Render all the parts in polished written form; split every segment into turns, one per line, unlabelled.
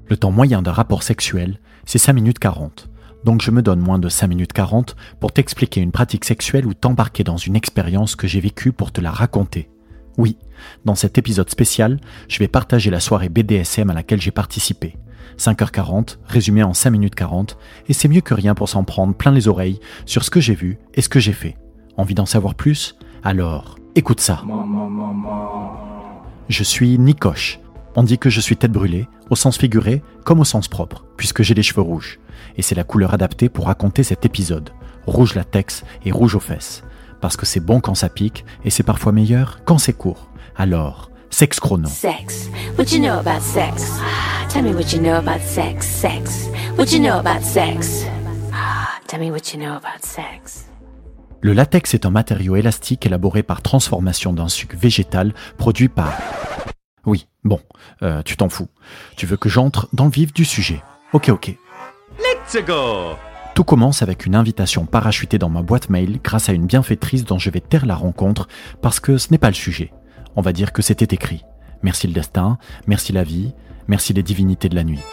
Le temps moyen d'un rapport sexuel, c'est 5 minutes 40. Donc je me donne moins de 5 minutes 40 pour t'expliquer une pratique sexuelle ou t'embarquer dans une expérience que j'ai vécue pour te la raconter. Oui, dans cet épisode spécial, je vais partager la soirée BDSM à laquelle j'ai participé. 5h40, résumé en 5 minutes 40, et c'est mieux que rien pour s'en prendre plein les oreilles sur ce que j'ai vu et ce que j'ai fait. Envie d'en savoir plus ? Alors, écoute ça. Je suis Nikoche. On dit que je suis tête brûlée, au sens figuré comme au sens propre, puisque j'ai les cheveux rouges. Et c'est la couleur adaptée pour raconter cet épisode. Rouge latex et rouge aux fesses. Parce que c'est bon quand ça pique, et c'est parfois meilleur quand c'est court. Alors, sexe chrono.
Sex. What you know about sex? Tell me what you know about sex. Sex. What you know about sex? Tell me what you know about sex.
Le latex est un matériau élastique élaboré par transformation d'un sucre végétal produit par... Oui, bon, tu t'en fous. Tu veux que j'entre dans le vif du sujet. Ok.
Let's go!
Tout commence avec une invitation parachutée dans ma boîte mail grâce à une bienfaitrice dont je vais taire la rencontre parce que ce n'est pas le sujet. On va dire que c'était écrit. Merci le destin, merci la vie, merci les divinités de la nuit.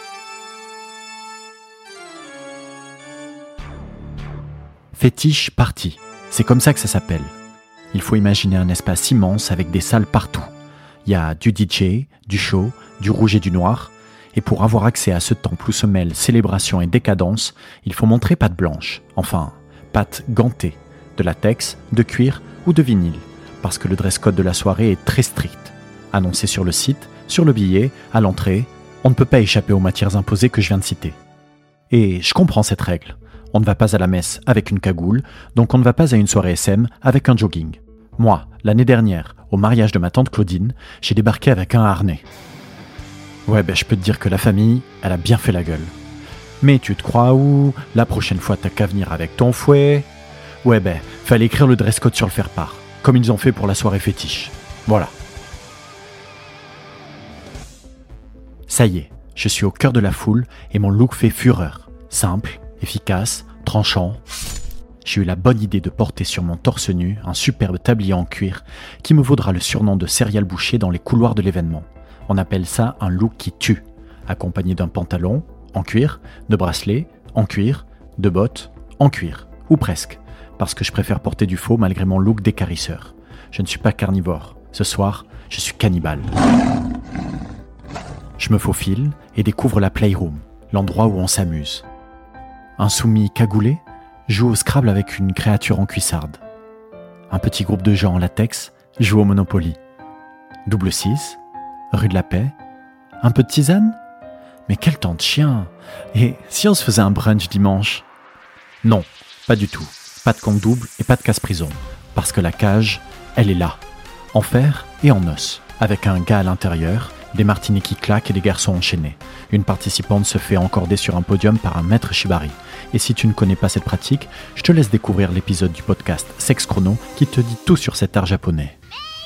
Fétiche party, c'est comme ça que ça s'appelle. Il faut imaginer un espace immense avec des salles partout. Il y a du DJ, du show, du rouge et du noir. Et pour avoir accès à ce temple où se mêlent célébration et décadence, il faut montrer patte blanche, enfin, patte gantée, de latex, de cuir ou de vinyle, parce que le dress code de la soirée est très strict. Annoncé sur le site, sur le billet, à l'entrée, on ne peut pas échapper aux matières imposées que je viens de citer. Et je comprends cette règle. On ne va pas à la messe avec une cagoule, donc on ne va pas à une soirée SM avec un jogging. Moi, l'année dernière, au mariage de ma tante Claudine, j'ai débarqué avec un harnais. Ouais, je peux te dire que la famille, elle a bien fait la gueule. Mais tu te crois où ? La prochaine fois, t'as qu'à venir avec ton fouet. Ouais, fallait écrire le dress code sur le faire-part, comme ils ont fait pour la soirée fétiche. Voilà. Ça y est, je suis au cœur de la foule et mon look fait fureur. Simple, efficace, tranchant. J'ai eu la bonne idée de porter sur mon torse nu un superbe tablier en cuir qui me vaudra le surnom de céréale bouchée dans les couloirs de l'événement. On appelle ça un look qui tue, accompagné d'un pantalon, en cuir, de bracelets, en cuir, de bottes, en cuir, ou presque, parce que je préfère porter du faux malgré mon look d'écarisseur. Je ne suis pas carnivore, ce soir, je suis cannibale. Je me faufile et découvre la playroom, l'endroit où on s'amuse. Un soumis cagoulé joue au Scrabble avec une créature en cuissarde. Un petit groupe de gens en latex joue au Monopoly. Double 6, rue de la Paix, un peu de tisane ? Mais quel temps de chien ! Et si on se faisait un brunch dimanche ? Non, pas du tout. Pas de compte double et pas de casse-prison. Parce que la cage, elle est là. En fer et en os. Avec un gars à l'intérieur, des martinis qui claquent et des garçons enchaînés. Une participante se fait encorder sur un podium par un maître shibari. Et si tu ne connais pas cette pratique, je te laisse découvrir l'épisode du podcast Sexe Chrono qui te dit tout sur cet art japonais.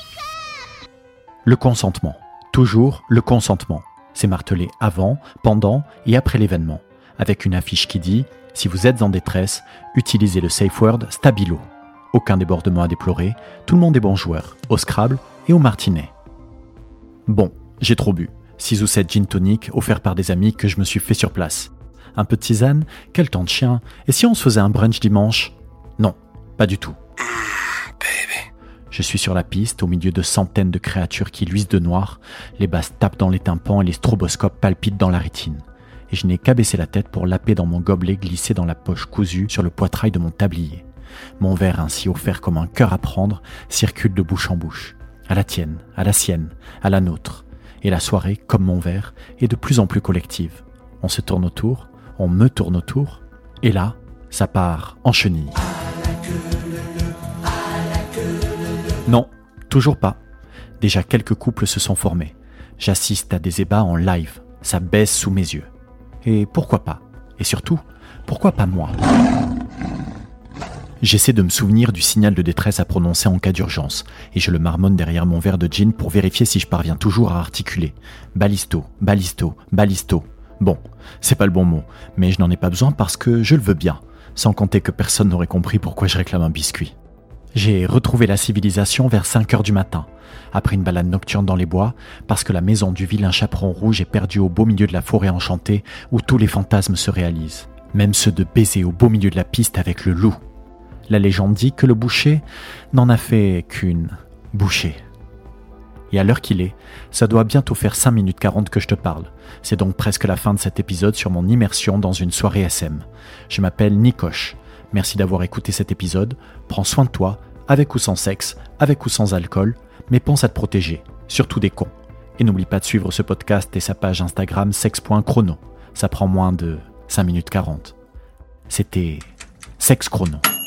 Le consentement. Toujours le consentement. C'est martelé avant, pendant et après l'événement. Avec une affiche qui dit « Si vous êtes en détresse, utilisez le safe word Stabilo ». Aucun débordement à déplorer, tout le monde est bon joueur, au Scrabble et au martinet. Bon, j'ai trop bu. 6 ou 7 gin tonic offerts par des amis que je me suis fait sur place. Un peu de tisane, quel temps de chien. Et si on se faisait un brunch dimanche ? Non, pas du tout. Je suis sur la piste, au milieu de centaines de créatures qui luisent de noir. Les basses tapent dans les tympans et les stroboscopes palpitent dans la rétine. Et je n'ai qu'à baisser la tête pour laper dans mon gobelet glissé dans la poche cousue sur le poitrail de mon tablier. Mon verre ainsi offert comme un cœur à prendre circule de bouche en bouche. À la tienne, à la sienne, à la nôtre. Et la soirée, comme mon verre, est de plus en plus collective. On se tourne autour, on me tourne autour, et là, ça part en chenille. Non, toujours pas. Déjà quelques couples se sont formés. J'assiste à des ébats en live. Ça baisse sous mes yeux. Et pourquoi pas ? Et surtout, pourquoi pas moi ? J'essaie de me souvenir du signal de détresse à prononcer en cas d'urgence, et je le marmonne derrière mon verre de gin pour vérifier si je parviens toujours à articuler. Balisto, balisto, balisto. Bon, c'est pas le bon mot, mais je n'en ai pas besoin parce que je le veux bien, sans compter que personne n'aurait compris pourquoi je réclame un biscuit. J'ai retrouvé la civilisation vers 5h du matin, après une balade nocturne dans les bois, parce que la maison du vilain chaperon rouge est perdue au beau milieu de la forêt enchantée où tous les fantasmes se réalisent, même ceux de baiser au beau milieu de la piste avec le loup. La légende dit que le boucher n'en a fait qu'une bouchée. Et à l'heure qu'il est, ça doit bientôt faire 5 minutes 40 que je te parle. C'est donc presque la fin de cet épisode sur mon immersion dans une soirée SM. Je m'appelle Nikoche. Merci d'avoir écouté cet épisode. Prends soin de toi, avec ou sans sexe, avec ou sans alcool, mais pense à te protéger, surtout des cons. Et n'oublie pas de suivre ce podcast et sa page Instagram sex.chrono. Ça prend moins de 5 minutes 40. C'était Sex Chrono.